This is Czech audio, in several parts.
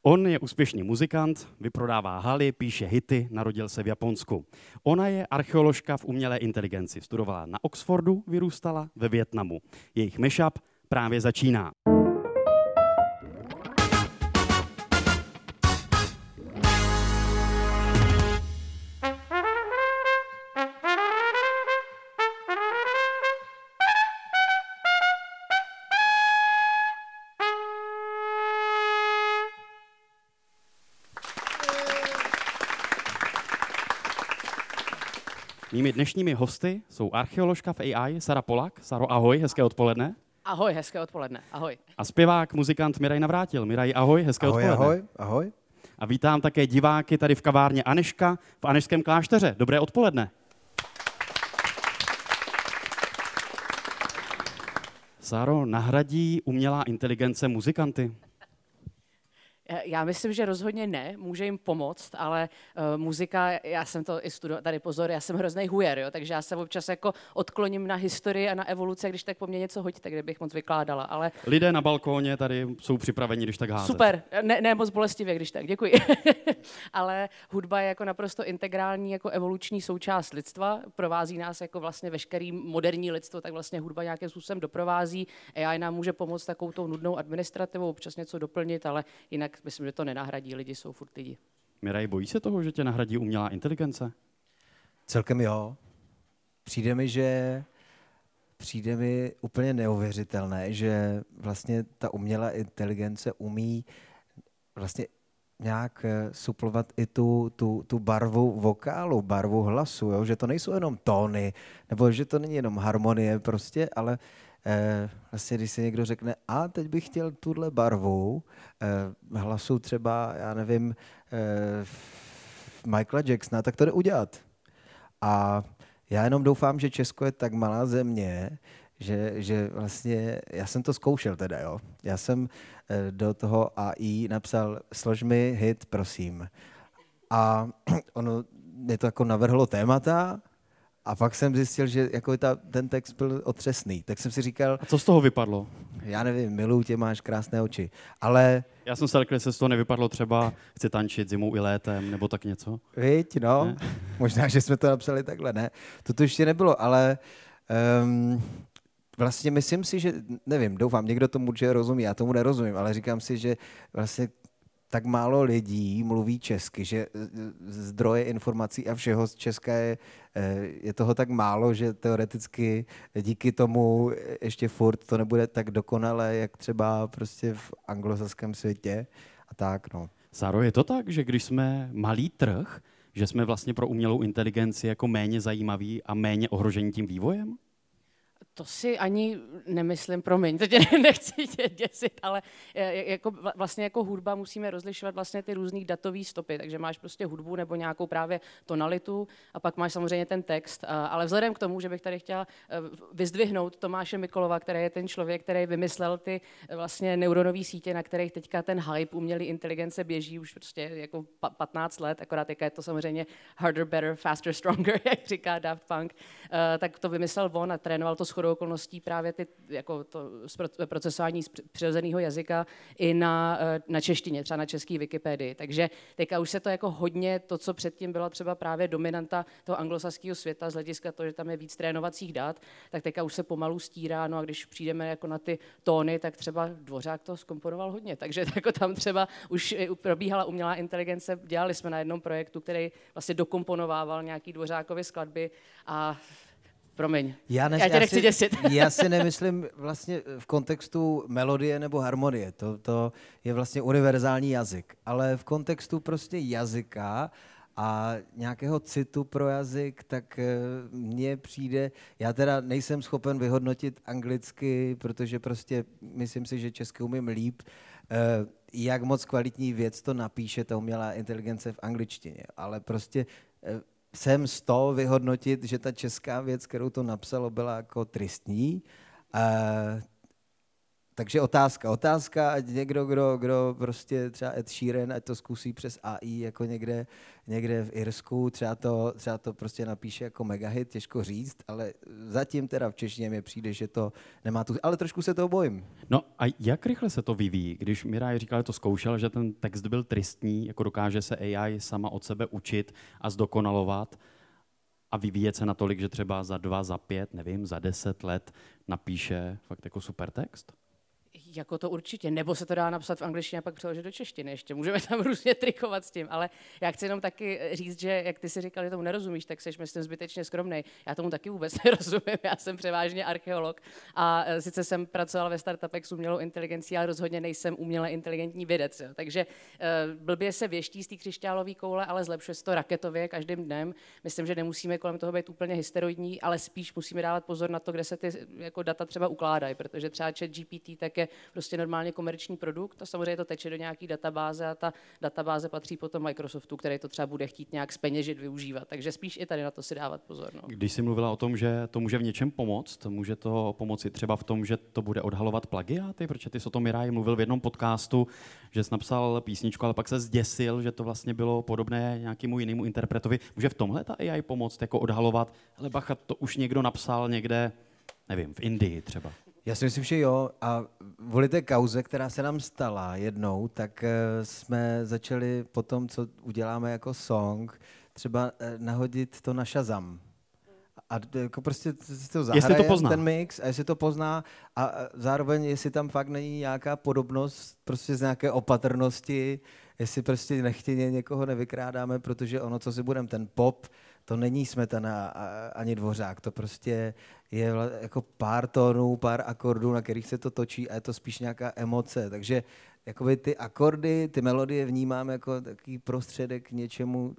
On je úspěšný muzikant, vyprodává haly, píše hity, narodil se v Japonsku. Ona je archeoložka v umělé inteligenci. Studovala na Oxfordu, vyrůstala ve Vietnamu. Jejich mashup právě začíná. Mými dnešními hosty jsou archeoložka v AI Sara Polak. Saro, ahoj, hezké odpoledne. Ahoj, hezké odpoledne, ahoj. A zpěvák, muzikant Miraj Navrátil. Miraj, ahoj, hezké odpoledne. Ahoj. A vítám také diváky tady v kavárně Aneška v Anešském klášteře. Dobré odpoledne. Sáro, nahradí umělá inteligence muzikanty? Já myslím, že rozhodně ne, může jim pomoct, ale muzika, já jsem to i studoval, tady pozor, já jsem hroznej hujer, jo, takže já se občas jako odkloním na historii a na evoluci, když tak po mně něco hoďte, kde bych moc vykládala, ale... Lidé na balkóně tady jsou připraveni, když tak házet. Super, ne moc bolestivě, když tak, děkuji. Ale hudba je jako naprosto integrální jako evoluční součást lidstva, provází nás jako vlastně veškerý moderní lidstvo, tak vlastně hudba nějakým způsobem doprovází. AI nám může pomoct takovou tou nudnou administrativou, občas něco doplnit, ale jinak myslím, že to nenahradí, lidi jsou furt lidi. Miraj, bojí se toho, že tě nahradí umělá inteligence? Celkem jo. Přijde mi úplně neuvěřitelné, že vlastně ta umělá inteligence umí vlastně nějak suplovat i tu barvu vokálu, barvu hlasu, jo? Že to nejsou jenom tóny, nebo že to není jenom harmonie prostě, ale vlastně když si někdo řekne, a teď bych chtěl tuhle barvu hlasu třeba, já nevím, Michaela Jacksona, tak to jde udělat. A já jenom doufám, že Česko je tak malá země, že vlastně, já jsem to zkoušel teda, jo. Já jsem do toho AI napsal, slož mi hit, prosím. A ono mě to jako navrhlo témata, a pak jsem zjistil, že jako ten text byl otřesný. Tak jsem si říkal... A co z toho vypadlo? Já nevím, miluju tě, máš krásné oči. Ale... Já jsem se řekl, že se z toho nevypadlo třeba chci tančit zimou i létem, nebo tak něco. Viď, no. Ne? Možná, že jsme to napsali takhle, ne. To ještě nebylo, ale... vlastně myslím si, že... Nevím, doufám, někdo tomu určitě rozumí, já tomu nerozumím, ale říkám si, že vlastně tak málo lidí mluví česky, že zdroje informací a všeho z Česka je toho tak málo, že teoreticky díky tomu ještě furt to nebude tak dokonalé, jak třeba prostě v anglosaském světě a tak, no. Sáro, je to tak, že když jsme malý trh, že jsme vlastně pro umělou inteligenci jako méně zajímaví a méně ohrožení tím vývojem? To si ani nemyslím, promiň, to tě nechci tě děsit, ale vlastně jako hudba musíme rozlišovat vlastně ty různý datový stopy, takže máš prostě hudbu nebo nějakou právě tonalitu a pak máš samozřejmě ten text, ale vzhledem k tomu, že bych tady chtěla vyzdvihnout Tomáše Mikolova, který je ten člověk, který vymyslel ty vlastně neuronové sítě, na kterých teďka ten hype umělé inteligence běží už prostě jako 15 let, akorát je to samozřejmě harder, better, faster, stronger, jak říká Daft Punk, tak to vymyslel on a trénoval to shodou okolností právě ty, jako to procesování z přirozeného jazyka i na češtině, třeba na české Wikipedii. Takže teďka už se to jako hodně, to, co předtím byla třeba právě dominanta toho anglosaského světa z hlediska toho, že tam je víc trénovacích dat, tak teďka už se pomalu stírá, no a když přijdeme jako na ty tóny, tak třeba Dvořák to zkomponoval hodně, takže jako tam třeba už probíhala umělá inteligence, dělali jsme na jednom projektu, který vlastně dokomponovával nějaký Dvořákovy skladby a promiň, já tě nechci děsit. Já si nemyslím vlastně v kontextu melodie nebo harmonie, to je vlastně univerzální jazyk, ale v kontextu prostě jazyka a nějakého citu pro jazyk, tak mně přijde, já teda nejsem schopen vyhodnotit anglicky, protože prostě myslím si, že česky umím líp, jak moc kvalitní věc to napíše ta umělá inteligence v angličtině, ale prostě jsem z toho vyhodnotit, že ta česká věc, kterou to napsalo, byla jako tristní. Takže otázka, ať někdo, kdo prostě třeba Ed Sheeran, ať to zkusí přes AI jako někde v Irsku, třeba to prostě napíše jako megahit, těžko říct, ale zatím teda v češtině mi přijde, že to nemá tu, ale trošku se toho bojím. No a jak rychle se to vyvíjí? Když Miraj říkal, že to zkoušel, že ten text byl tristní, jako dokáže se AI sama od sebe učit a zdokonalovat a vyvíjet se natolik, že třeba za 2, za 5, nevím, za 10 let napíše fakt jako super text? Jako to určitě, nebo se to dá napsat v angličtině a pak přeložit do češtiny ještě. Můžeme tam různě trikovat s tím, ale já chci jenom taky říct, že jak ty si říkal, že tomu nerozumíš, tak seš myslím zbytečně skromnej. Já tomu taky vůbec nerozumím, já jsem převážně archeolog a sice jsem pracoval ve startupech s umělou inteligencí, ale rozhodně nejsem uměle inteligentní vědec. Jo. Takže blbě se věští z té křišťálové koule, ale zlepšuje se to raketově každým dnem. Myslím, že nemusíme kolem toho být úplně hysteroidní, ale spíš musíme dávat pozor na to, kde se ty jako data třeba ukládají, protože třeba ChatGPT tak je prostě normálně komerční produkt a samozřejmě to teče do nějaký databáze a ta databáze patří potom Microsoftu, který to třeba bude chtít nějak zpeněžit, využívat. Takže spíš i tady na to si dávat pozor. No. Když jsi mluvila o tom, že to může v něčem pomoct, může to pomoci třeba v tom, že to bude odhalovat plagiáty, protože ty jsi o tom, Miraj, mluvil v jednom podcastu, že jsi napsal písničku, ale pak se zděsil, že to vlastně bylo podobné nějakému jinému interpretovi. Může v tomhle ta AI pomoct, jako odhalovat, ale bacha, to už někdo napsal někde, nevím, v Indii třeba. Já si myslím, že jo. A kvůli té kauze, která se nám stala jednou, tak jsme začali po tom, co uděláme jako song, třeba nahodit to na Shazam. A jako prostě to zahraje ten mix a jestli to pozná a zároveň jestli tam fakt není nějaká podobnost prostě z nějaké opatrnosti, jestli prostě nechtěně někoho nevykrádáme, protože ono, co si budeme, ten pop, to není Smetana ani Dvořák, to prostě je jako pár tónů, pár akordů, na kterých se to točí a je to spíš nějaká emoce, takže jakoby ty akordy, ty melodie vnímám jako takový prostředek k něčemu,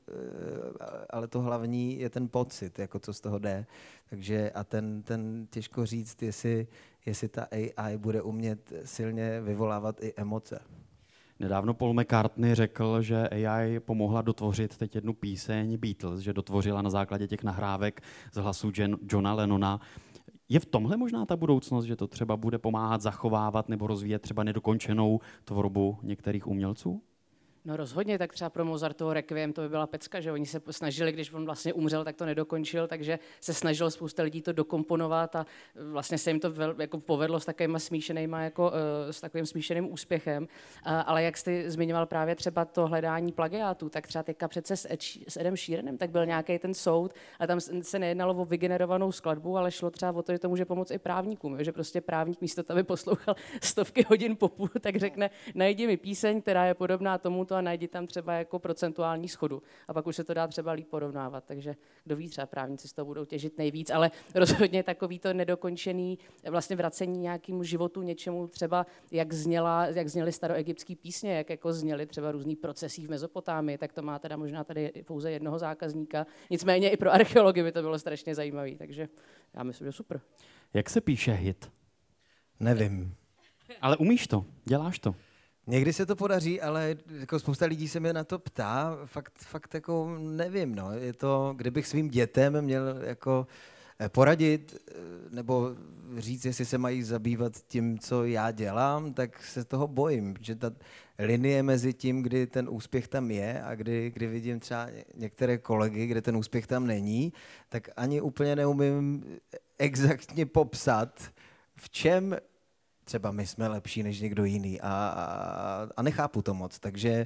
ale to hlavní je ten pocit, jako co z toho jde. Takže a ten těžko říct, jestli ta AI bude umět silně vyvolávat i emoce. Nedávno Paul McCartney řekl, že AI pomohla dotvořit teď jednu píseň Beatles, že dotvořila na základě těch nahrávek z hlasu Johna Lennona. Je v tomhle možná ta budoucnost, že to třeba bude pomáhat zachovávat nebo rozvíjet třeba nedokončenou tvorbu některých umělců? No rozhodně, tak třeba pro Mozartovo Requiem to by byla pecka, že oni se snažili, když on vlastně umřel, tak to nedokončil, takže se snažilo spousta lidí to dokomponovat a vlastně se jim to jako povedlo s takovým smíšenýma, jako s takovým smíšeným úspěchem. Ale jak jsi zmiňoval právě třeba to hledání plagiátů, tak třeba teďka přece s Edem Sheeranem, tak byl nějaký ten soud a tam se nejednalo o vygenerovanou skladbu, ale šlo třeba o to, že to může pomoct i právníkům, že prostě právník místo toho, aby poslouchal stovky hodin popu, tak řekne, najdi mi píseň, která je podobná tomuto a najdi tam třeba jako procentuální schodu. A pak už se to dá třeba líp porovnávat. Takže kdo ví, třeba právníci z toho budou těžit nejvíc, ale rozhodně takový to nedokončený vlastně vracení nějakému životu, něčemu třeba, jak zněly staroegyptské písně, jak jako zněly třeba různý procesí v Mezopotámii, tak to má teda možná tady pouze jednoho zákazníka. Nicméně i pro archeology by to bylo strašně zajímavé, takže já myslím, že super. Jak se píše hit? Nevím. Ale umíš to, děláš to. Někdy se to podaří, ale jako spousta lidí se mě na to ptá, fakt jako nevím, no. Je to, kdybych svým dětem měl jako poradit nebo říct, jestli se mají zabývat tím, co já dělám, tak se toho bojím, protože ta linie mezi tím, kdy ten úspěch tam je a kdy vidím třeba některé kolegy, kde ten úspěch tam není, tak ani úplně neumím exaktně popsat, v čem třeba my jsme lepší než někdo jiný a nechápu to moc,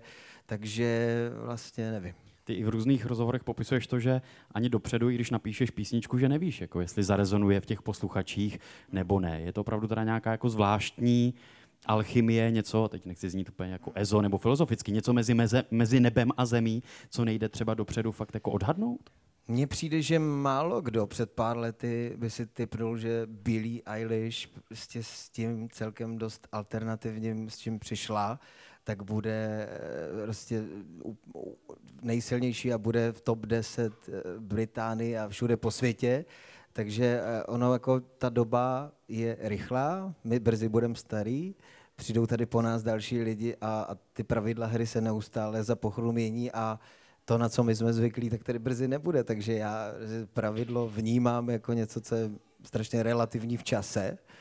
takže vlastně nevím. Ty i v různých rozhovorech popisuješ to, že ani dopředu, i když napíšeš písničku, že nevíš, jako jestli zarezonuje v těch posluchačích nebo ne. Je to opravdu teda nějaká jako zvláštní alchymie, něco, teď nechci znít úplně jako ezo nebo filozoficky, něco mezi nebem a zemí, co nejde třeba dopředu fakt jako odhadnout? Mně přijde, že málo kdo před pár lety by si tipnul, že Billie Eilish prostě s tím celkem dost alternativním, s čím přišla, tak bude prostě nejsilnější a bude v top 10 Británii a všude po světě. Takže ono jako ta doba je rychlá, my brzy budeme starý, přijdou tady po nás další lidi a ty pravidla hry se neustále za pochodu mění a to, na co my jsme zvyklí, tak tady brzy nebude, takže já pravidlo vnímám jako něco, co je strašně relativní v čase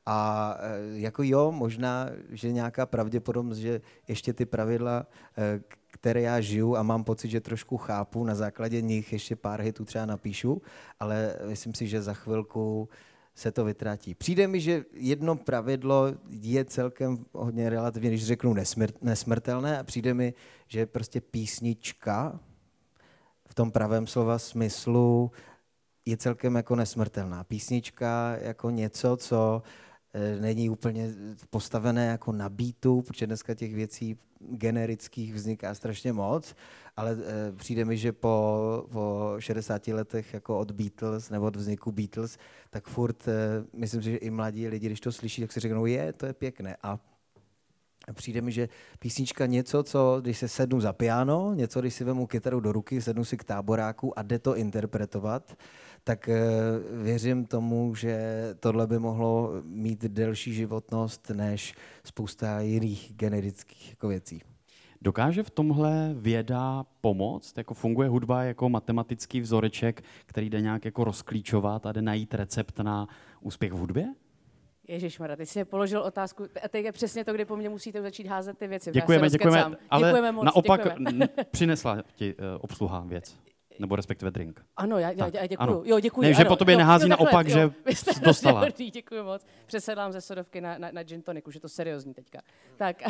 A jako jo, možná, že nějaká pravděpodobnost, že ještě ty pravidla, které já žiju a mám pocit, že trošku chápu, na základě nich ještě pár hitů třeba napíšu, ale myslím si, že za chvilku se to vytratí. Přijde mi, že jedno pravidlo je celkem hodně relativně, když řeknu nesmrtelné, a přijde mi, že prostě písnička v tom pravém slova smyslu je celkem jako nesmrtelná. Písnička jako něco, co není úplně postavené jako na beatu, protože dneska těch věcí generických vzniká strašně moc, ale přijde mi, že po 60 letech jako od Beatles nebo od vzniku Beatles, tak furt myslím si, že i mladí lidi, když to slyší, tak si řeknou, to je pěkné. A přijde mi, že písnička něco, co když se sednu za piano, něco, když si vemu kytaru do ruky, sednu si k táboráku a jde to interpretovat, tak věřím tomu, že tohle by mohlo mít delší životnost než spousta jiných generických jako věcí. Dokáže v tomhle věda pomoct? Jako funguje hudba jako matematický vzoreček, který jde nějak jako rozklíčovat a jde najít recept na úspěch v hudbě? Ježišmarja, teď jsi mě položil otázku, a teď je přesně to, kdy po mně musíte začít házet ty věci. Děkujeme, ale děkujeme moc, naopak děkujeme. Přinesla ti obsluha věc. Nebo respektive drink. Ano, já děkuju. Ano. Jo, děkuji. Ne, že po tobě nehází naopak, jo, že jsi dostala. Dobrý, děkuji moc. Přesedlám ze sodovky na gin tonic, už je to seriózní teďka. Tak,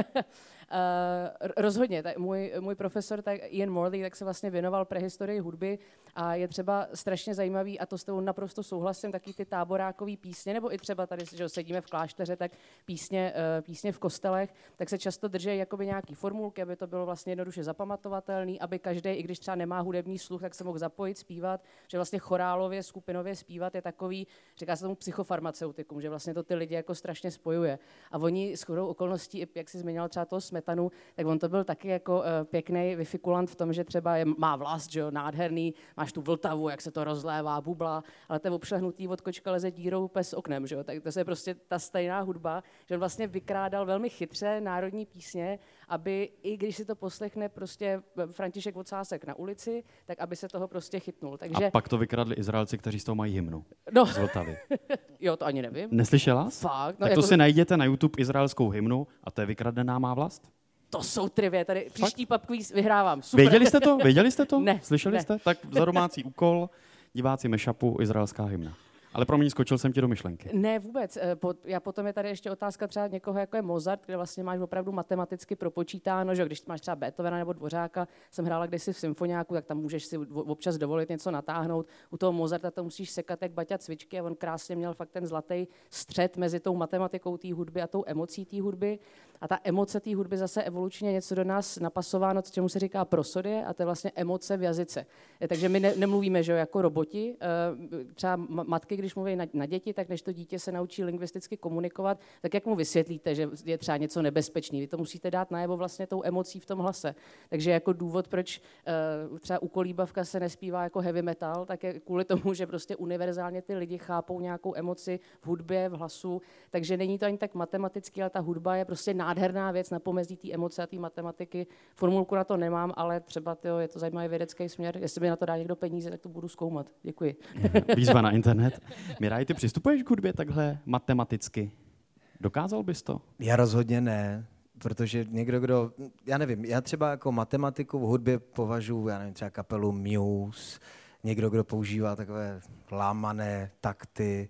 rozhodně, tak můj profesor, tak Ian Morley, tak se vlastně věnoval prehistorii hudby a je třeba strašně zajímavý, a to s tebou naprosto souhlasím, taky ty táborákový písně, nebo i třeba tady, že sedíme v klášteře, tak písně v kostelech, tak se často drží jakoby nějaký formulky, aby to bylo vlastně jednoduše zapamatovatelný, aby každý, i když třeba nemá hudební sluch, tak se mohl zapojit, zpívat, že vlastně chorálově, skupinově zpívat je takový, říká se tomu psychofarmaceutikum, že vlastně to ty lidi jako strašně spojuje. A oni shodou okolností, jak jsi zmiňoval třeba toho Smetanu, tak on to byl taky jako pěkný vyfikulant v tom, že třeba má vlast, že jo, nádherný, máš tu Vltavu, jak se to rozlévá, bubla, ale to je obšlehnutý od kočka leze dírou pes oknem, že jo, tak to je prostě ta stejná hudba, že on vlastně vykrádal velmi chytře národní písně, aby i když si to poslechne prostě František Ocásek na ulici, tak aby se toho prostě chytnul. Takže... A pak to vykradli Izraelci, kteří z toho mají hymnu. No. Z Vltavy. Jo, to ani nevím. Neslyšela? Fakt? No, tak jako... to si najděte na YouTube izraelskou hymnu a to je Vykradená má vlast. To jsou trivie, tady příští pubquiz vyhrávám. Super. Věděli jste to? Ne. Slyšeli ne. jste? Tak za domácí úkol, diváci Mashupu, izraelská hymna. Ale promiň, skočil jsem ti do myšlenky. Ne, vůbec. Já potom je tady ještě otázka třeba někoho, jako je Mozart, kde vlastně máš opravdu matematicky propočítáno, že když máš třeba Beethovena nebo Dvořáka, jsem hrála kdysi v symfoniáku, tak tam můžeš si občas dovolit něco natáhnout. U toho Mozarta to musíš sekat jak Baťa cvičky a on krásně měl fakt ten zlatý střed mezi tou matematikou té hudby a tou emocí té hudby. A ta emoce té hudby zase evolučně něco do nás napasováno, čemu se říká prosodie, a to je vlastně emoce v jazyce. Takže my nemluvíme, že jako roboti. Třeba matky, když mluví na děti, tak než to dítě se naučí lingvisticky komunikovat, tak jak mu vysvětlíte, že je třeba něco nebezpečný? Vy to musíte dát najevo vlastně tou emocí v tom hlase. Takže jako důvod, proč třeba u Kolíbavka se nespívá jako heavy metal, tak je kvůli tomu, že prostě univerzálně ty lidi chápou nějakou emoci v hudbě, v hlasu. Takže není to ani tak matematický, ale ta hudba je prostě nádherná věc na pomezí té emoce a té matematiky. Formulku na to nemám, ale třeba je to zajímavý vědecký směr. Jestli mi na to dá někdo peníze, tak to budu zkoumat. Děkuji. Výzva na internet. Miraj, ty přistupuješ k hudbě takhle matematicky? Dokázal bys to? Já rozhodně ne, protože někdo, kdo, já nevím, já třeba jako matematiku v hudbě považuji, já nevím, třeba kapelu Muse, někdo, kdo používá takové lámané takty,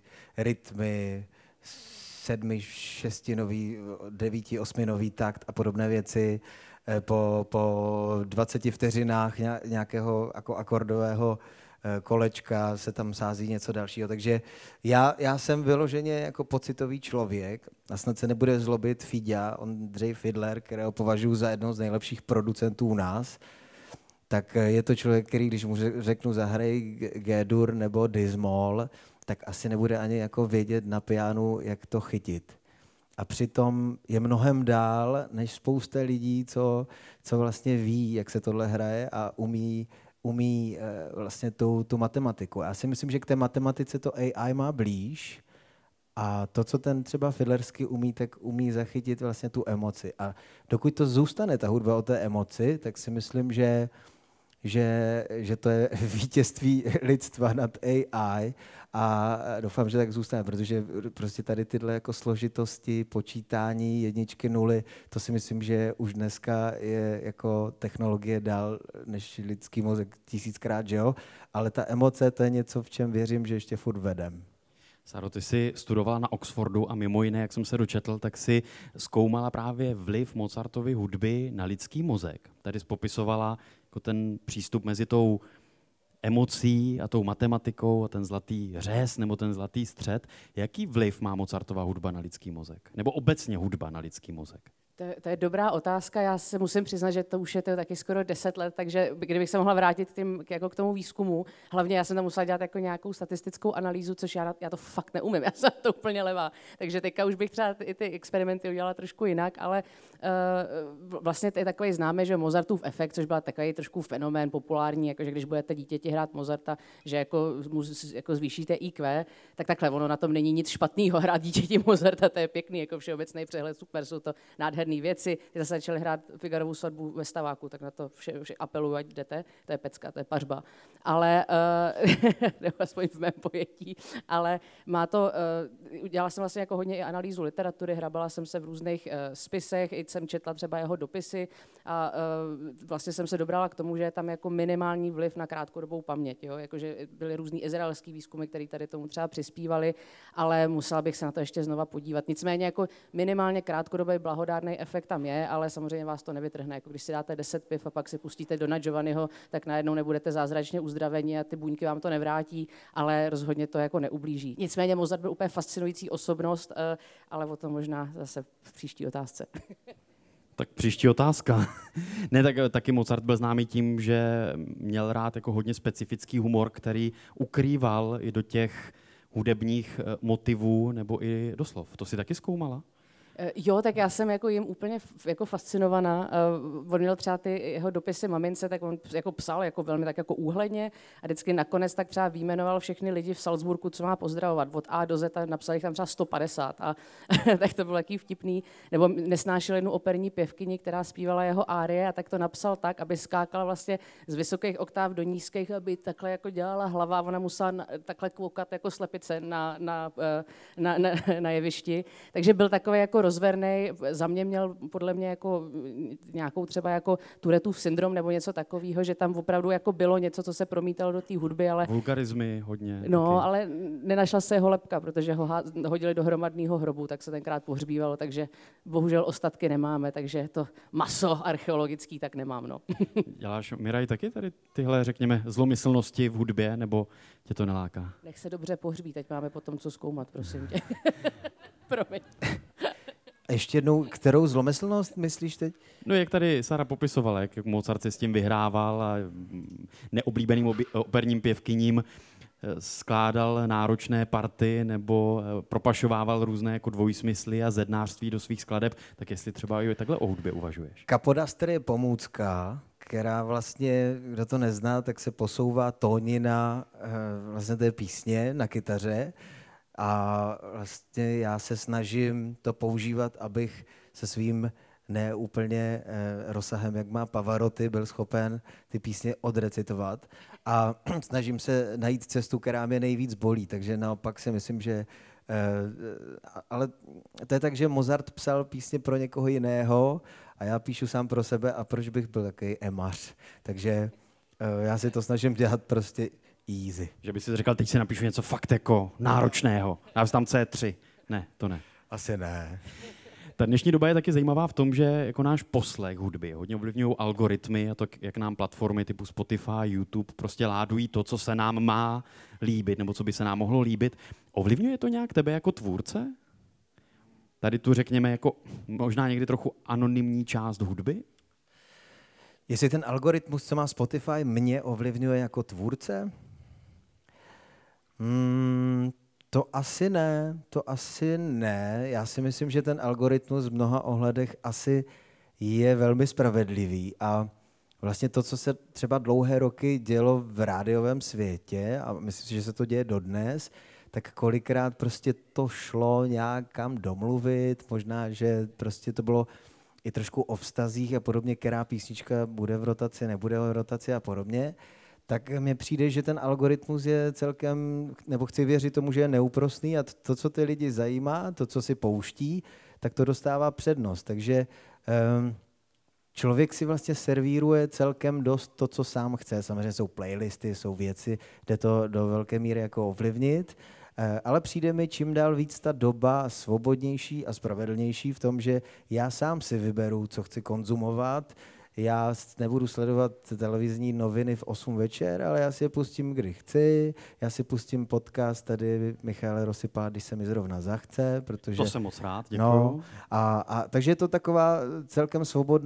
rytmy, 7, 6, 9, 8 takt a podobné věci. Po 20 vteřinách nějakého jako akordového kolečka se tam sází něco dalšího. Takže já jsem vyloženě jako pocitový člověk a snad se nebude zlobit Fíďa, Ondřej Fidler, kterého považuji za jednoho z nejlepších producentů u nás, tak je to člověk, který, když mu řeknu zahraj G-dur nebo Dismol, tak asi nebude ani jako vědět na pianu, jak to chytit. A přitom je mnohem dál, než spousta lidí, co vlastně ví, jak se tohle hraje a umí vlastně tu matematiku. Já si myslím, že k té matematice to AI má blíž a to, co ten třeba Fidlersky umí, tak umí zachytit vlastně tu emoci. A dokud to zůstane, ta hudba o té emoci, tak si myslím, že že to je vítězství lidstva nad AI a doufám, že tak zůstane, protože prostě tady tyhle jako složitosti, počítání, jedničky, nuly, to si myslím, že už dneska je jako technologie dál než lidský mozek 1000krát, že jo? Ale ta emoce, to je něco, v čem věřím, že ještě furt vedem. Sáro, ty jsi studovala na Oxfordu a mimo jiné, jak jsem se dočetl, tak si zkoumala právě vliv Mozartovy hudby na lidský mozek. Tady jsi popisovala jako ten přístup mezi tou emocí a tou matematikou a ten zlatý řez nebo ten zlatý střed. Jaký vliv má Mozartova hudba na lidský mozek? Nebo obecně hudba na lidský mozek? To je dobrá otázka. Já se musím přiznat, že to už je to taky skoro 10 let, takže kdybych se mohla vrátit jako k tomu výzkumu, hlavně já jsem tam musela dělat jako nějakou statistickou analýzu, což já to fakt neumím, já jsem to úplně levá. Takže teďka už bych třeba i ty experimenty udělala trošku jinak, ale vlastně to je takový známé, že Mozartův efekt, což byl takový trošku fenomén populární, jakože když budete dítěti hrát Mozarta, že jako zvýšíte IQ, tak takhle, ono na tom není nic špatného hrát dítěti Mozarta, to je pěkný, jako všeobecný přehled, super, jsou to nádherné věci. Ty zase začali hrát Figarovu svatbu ve Staváku, tak na to vše apeluju, ať jdete. To je pecka, to je pařba. Ale, nebo aspoň v mém pojetí, ale má to, udělala jsem vlastně jako hodně i analýzu literatury, hrabala jsem se v různých spisech, i jsem četla třeba jeho dopisy a vlastně jsem se dobrala k tomu, že je tam jako minimální vliv na krátkodobou paměť. Jo? Jakože byly různý izraelský výzkumy, které tady tomu třeba přispívaly, ale musela bych se na to ještě znova podívat. Nicméně jako minimálně krátkodobý blahodárný efekt tam je, ale samozřejmě vás to nevytrhne. Jako když si dáte 10 piv a pak si pustíte Dona Giovanniho, tak najednou nebudete zázračně uzdraveni a ty buňky vám to nevrátí, ale rozhodně to jako neublíží. Nicméně Mozart byl úplně fascinující osobnost, ale o tom možná zase v příští otázce. Tak příští otázka. Ne, tak taky Mozart byl známý tím, že měl rád jako hodně specifický humor, který ukrýval i do těch hudebních motivů nebo i do slov. To si taky zkoumala? Jo, tak já jsem jako jim úplně jako fascinovaná. On měl třeba ty jeho dopisy mamince, tak on jako psal jako velmi tak jako úhledně a vždycky nakonec tak třeba vyjmenoval všechny lidi v Salzburgu, co má pozdravovat. Od A do Z a napsal jich tam třeba 150 a tak to bylo jaký vtipný. Nebo nesnášel jednu operní pěvkyni, která zpívala jeho árie a tak to napsal tak, aby skákala vlastně z vysokých oktáv do nízkých, aby takhle jako dělala hlava, ona musela takhle koukat jako slepice na jevišti. Takže byl takový jako rozvernej, za mě měl podle mě jako nějakou třeba jako Tourettův syndrom nebo něco takového, že tam opravdu jako bylo něco, co se promítalo do té hudby, ale... Vulgarizmy hodně. No, taky. ale nenašla se jeho lebka, protože ho hodili do hromadného hrobu, tak se tenkrát pohřbívalo, takže bohužel ostatky nemáme, takže to maso archeologický tak nemám, no. Děláš, Miraj, taky tady tyhle, řekněme, zlomyslnosti v hudbě, nebo tě to neláká? Nech se dobře pohřbí, teď máme potom co zkoumat, prosím tě. Promiň. Ještě jednou, kterou zlomyslnost myslíš teď? No, jak tady Sára popisovala, jak Mozart si s tím vyhrával a neoblíbeným operním pěvkyním skládal náročné party nebo propašovával různé jako dvojsmysly a zednářství do svých skladeb, tak jestli třeba i takhle o hudbě uvažuješ? Kapodaster je pomůcka, která vlastně, kdo to nezná, tak se posouvá tónina vlastně té písně na kytaře. A vlastně já se snažím to používat, abych se svým neúplně rozsahem, jak má Pavarotti, byl schopen ty písně odrecitovat. A snažím se najít cestu, která mě nejvíc bolí. Takže naopak si myslím, že... Ale to je tak, že Mozart psal písně pro někoho jiného a já píšu sám pro sebe a proč bych byl takový emař. Takže já si to snažím dělat prostě easy. Že by si říkal, teď si napíšu něco fakt jako náročného. Dám tam C3. Ne, to ne. Asi ne. Ta dnešní doba je taky zajímavá v tom, že jako náš poslech hudby hodně ovlivňují algoritmy a to, jak nám platformy typu Spotify, YouTube prostě ládují to, co se nám má líbit nebo co by se nám mohlo líbit. Ovlivňuje to nějak tebe jako tvůrce? Tady tu řekněme jako možná někdy trochu anonymní část hudby? Jestli ten algoritmus, co má Spotify, mě ovlivňuje jako tvůrce? To asi ne. Já si myslím, že ten algoritmus v mnoha ohledech asi je velmi spravedlivý a vlastně to, co se třeba dlouhé roky dělo v rádiovém světě a myslím si, že se to děje dodnes, tak kolikrát prostě to šlo nějak kam domluvit, možná, že prostě to bylo i trošku o vztazích a podobně, která písnička bude v rotaci, nebude v rotaci a podobně, tak mně přijde, že ten algoritmus je celkem, nebo chci věřit tomu, že je neúprosný a to, co ty lidi zajímá, to, co si pouští, tak to dostává přednost. Takže člověk si vlastně servíruje celkem dost to, co sám chce. Samozřejmě jsou playlisty, jsou věci, kde to do velké míry jako ovlivnit, ale přijde mi čím dál víc ta doba svobodnější a spravedlnější v tom, že já sám si vyberu, co chci konzumovat. Já nebudu sledovat televizní noviny v 8 večer, ale já si je pustím, kdy chci. Já si pustím podcast tady Michaela Rosypá, když se mi zrovna zachce, protože... To jsem moc rád, děkuju. No, takže je to taková celkem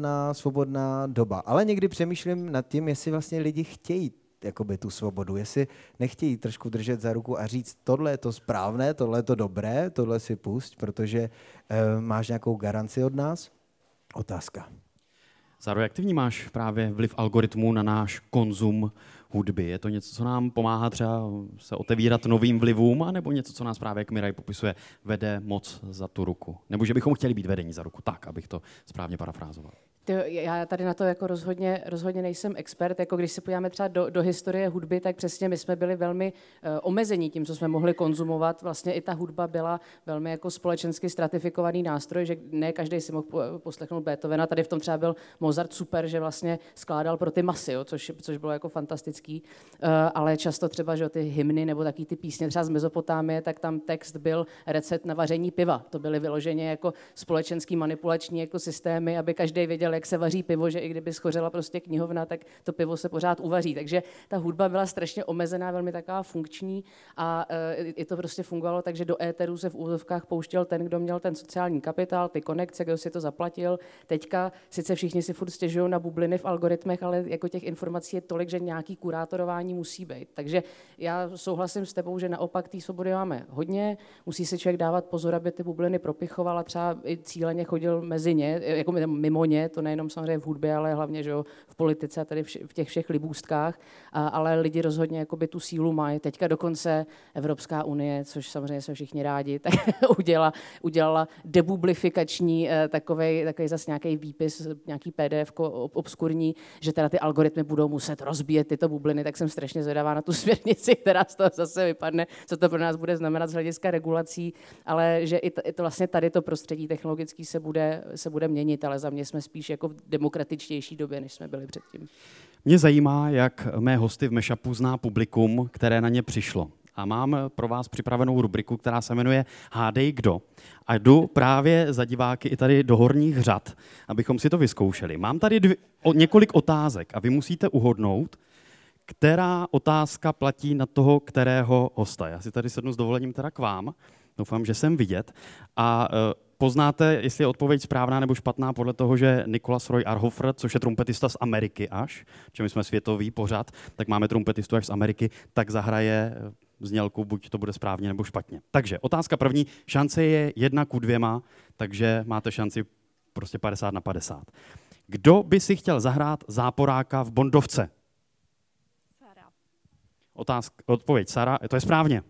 svobodná doba. Ale někdy přemýšlím nad tím, jestli vlastně lidi chtějí jakoby tu svobodu, jestli nechtějí trošku držet za ruku a říct, tohle je to správné, tohle je to dobré, tohle si pusť, protože máš nějakou garanci od nás. Otázka. Sáro, jak ty vnímáš právě vliv algoritmů na náš konzum hudby? Je to něco, co nám pomáhá třeba se otevírat novým vlivům, anebo něco, co nás právě, jak Miraj popisuje, vede moc za tu ruku? Nebo že bychom chtěli být vedení za ruku, tak, abych to správně parafrázoval. Já tady na to jako rozhodně nejsem expert. Jako když se podíváme třeba do historie hudby, tak přesně my jsme byli velmi omezení tím, co jsme mohli konzumovat. Vlastně i ta hudba byla velmi jako společensky stratifikovaný nástroj, že ne každý si mohl poslechnout Beethovena. Tady v tom třeba byl Mozart super, že vlastně skládal pro ty masy, jo, což bylo jako fantastický. Ale často třeba, že ty hymny nebo taky ty písně třeba z Mezopotámie, tak tam text byl recept na vaření piva. To byly vyloženě jako společenský manipulační jako systémy, aby každý věděl, jak se vaří pivo, že i kdyby schořela prostě knihovna, tak to pivo se pořád uvaří. Takže ta hudba byla strašně omezená, velmi taková funkční a i to prostě fungovalo, takže do éteru se v úzovkách pouštěl ten, kdo měl ten sociální kapitál, ty konekce, kdo si to zaplatil. Teďka sice všichni si furt stěžují na bubliny v algoritmech, ale jako těch informací je tolik, že nějaký kurátorování musí být. Takže já souhlasím s tebou, že naopak té svobody máme hodně, musí si člověk dávat pozor, aby ty bubliny propichoval a třeba i cíleně chodil mezi ně, jako mimo ně, to nejenom samozřejmě v hudbě, ale hlavně že jo, v politice a tady v těch všech libůstkách, ale lidi rozhodně jakoby tu sílu mají. Teďka dokonce Evropská unie, což samozřejmě jsme všichni rádi, tak udělala debublifikační takovej zase nějaký výpis, nějaký PDF obskurní, že teda ty algoritmy budou muset rozbíjet tyto bubliny, tak jsem strašně zvědavá na tu směrnici, která z toho zase vypadne, co to pro nás bude znamenat z hlediska regulací, ale že i to vlastně tady to prostředí technologický se bude měnit, ale za mě jsme spíš jako v demokratičtější době, než jsme byli předtím. Mě zajímá, jak mé hosty v Mashupu zná publikum, které na ně přišlo. A mám pro vás připravenou rubriku, která se jmenuje Hádej kdo. A jdu právě za diváky i tady do horních řad, abychom si to vyzkoušeli. Mám tady několik otázek a vy musíte uhodnout, která otázka platí na toho, kterého hosta. Já si tady sednu s dovolením teda k vám. Doufám, že jsem vidět. A poznáte, jestli je odpověď správná nebo špatná podle toho, že Nicholas Roy Arhofer, což je trumpetista z Ameriky až, že my jsme světový pořad, tak máme trumpetistu až z Ameriky, tak zahraje znělku, buď to bude správně nebo špatně. Takže otázka první, šance je 1:2, takže máte šanci prostě 50/50. Kdo by si chtěl zahrát záporáka v Bondovce? Sara. Odpověď Sara, to je správně.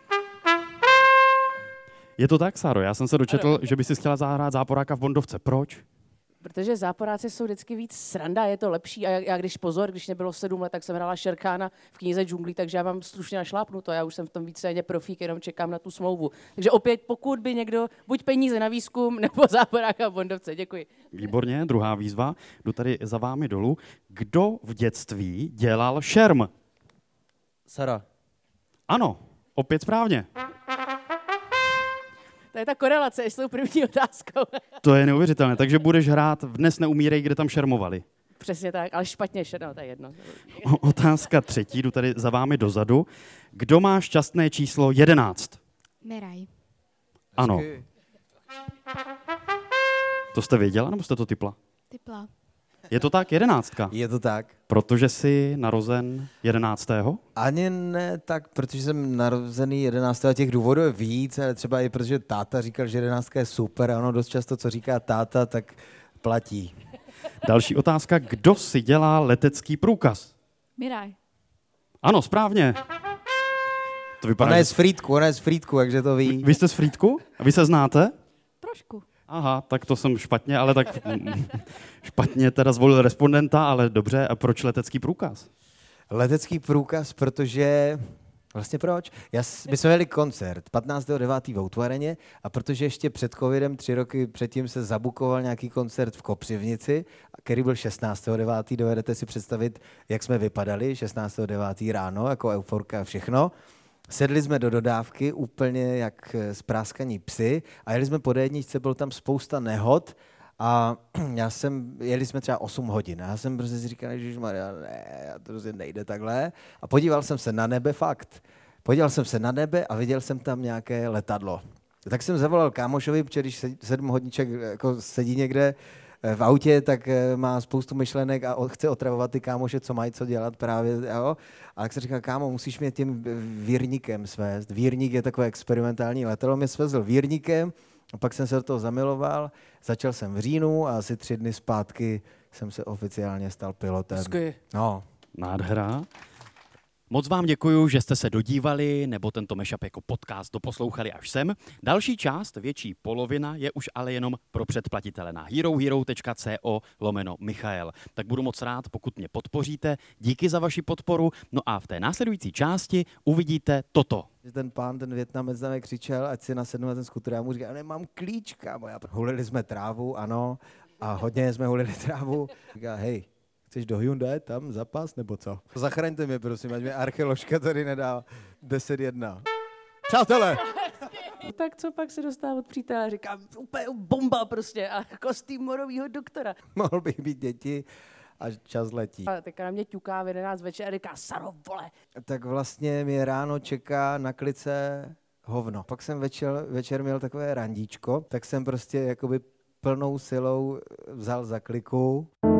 Je to tak, Sáro? Já jsem se dočetl, že by si chtěla zahrát záporáka v Bondovce. Proč? Protože záporáci jsou vždycky víc sranda, je to lepší. A já když mě bylo 7 let, tak jsem hrála Šerkána v knize džunglí, takže já vám slušně našlápnu. Já už jsem v tom víceméně profík, jenom čekám na tu smlouvu. Takže opět, pokud by někdo, buď peníze na výzkum, nebo záporáka v Bondovce. Děkuji. Výborně, druhá výzva. Jdu tady za vámi dolů. Kdo v dětství dělal šerm? Sara. Ano, opět správně. To je ta korelace, s tou první otázkou. To je neuvěřitelné, takže budeš hrát v Dnes neumírej, kde tam šermovali. Přesně tak, ale špatně to je jedno. Otázka třetí, jdu tady za vámi dozadu. Kdo má šťastné číslo 11? Miraj. Ano. To jste věděla, nebo jste to tipla? Tipla. Je to tak? 11. Je to tak. Protože jsi narozen 11. Ani ne tak, protože jsem narozený 11. a těch důvodů je víc, ale třeba i protože táta říkal, že 11. je super a ono dost často, co říká táta, tak platí. Další otázka. Kdo si dělá letecký průkaz? Miraj. Ano, správně. To vypadá, Ona je z Frýdku, takže to ví. Vy jste z Frýdku? A vy se znáte? Trošku. Aha, tak to jsem špatně, ale tak špatně teda zvolil respondenta, ale dobře. A proč letecký průkaz? Letecký průkaz, protože... Vlastně proč? My jsme měli koncert 15.9. v Outvareně a protože ještě před covidem 3 roky předtím se zabukoval nějaký koncert v Kopřivnici, který byl 16.9. Dovedete si představit, jak jsme vypadali 16.9. ráno, jako euforka a všechno. Sedli jsme do dodávky úplně jak spráskaní psy a jeli jsme po D1, byl tam spousta nehod a jeli jsme třeba 8 hodin a já jsem prostě si říkal, ježišmarja, ne, to prostě nejde takhle. A podíval jsem se na nebe, fakt. Podíval jsem se na nebe a viděl jsem tam nějaké letadlo. Tak jsem zavolal kámošovi, protože když 7 hodíček jako sedí někde v autě, tak má spoustu myšlenek a chce otravovat ty kámoše, co mají co dělat právě. Jo? A tak se říkal, kámo, musíš mě tím vírníkem svést. Vírník je takové experimentální letadlo, mě svezl vírníkem a pak jsem se do toho zamiloval. Začal jsem v říjnu a asi 3 dny zpátky jsem se oficiálně stal pilotem. Hezky. No. Nádhera. Moc vám děkuju, že jste se dodívali nebo tento mashup jako podcast doposlouchali až sem. Další část, větší polovina, je už ale jenom pro předplatitele na herohero.co/Michael. Tak budu moc rád, pokud mě podpoříte. Díky za vaši podporu. No a v té následující části uvidíte toto. Ten pán, ten Vietnamec na mě křičel, ať si nasednu na ten skuter. Já mu říkám, nemám klíč, kámo. Hulili jsme trávu, ano, a hodně jsme hulili trávu. Říká, hej, chceš do Hyundai tam zapas, nebo co? Zachraňte mě, prosím, ať mě archeoložka tady nedá 10-1. Přátelé! Tak co pak se dostává od přítele? Říkám, úplně bomba prostě a kostým morovýho doktora. Mohl bych být děti a čas letí. A teďka na mě ťuká v 11 večer a říká, Saro, vole. Tak vlastně mě ráno čeká na klice hovno. Pak jsem večer měl takové randíčko, tak jsem prostě jakoby plnou silou vzal za kliku.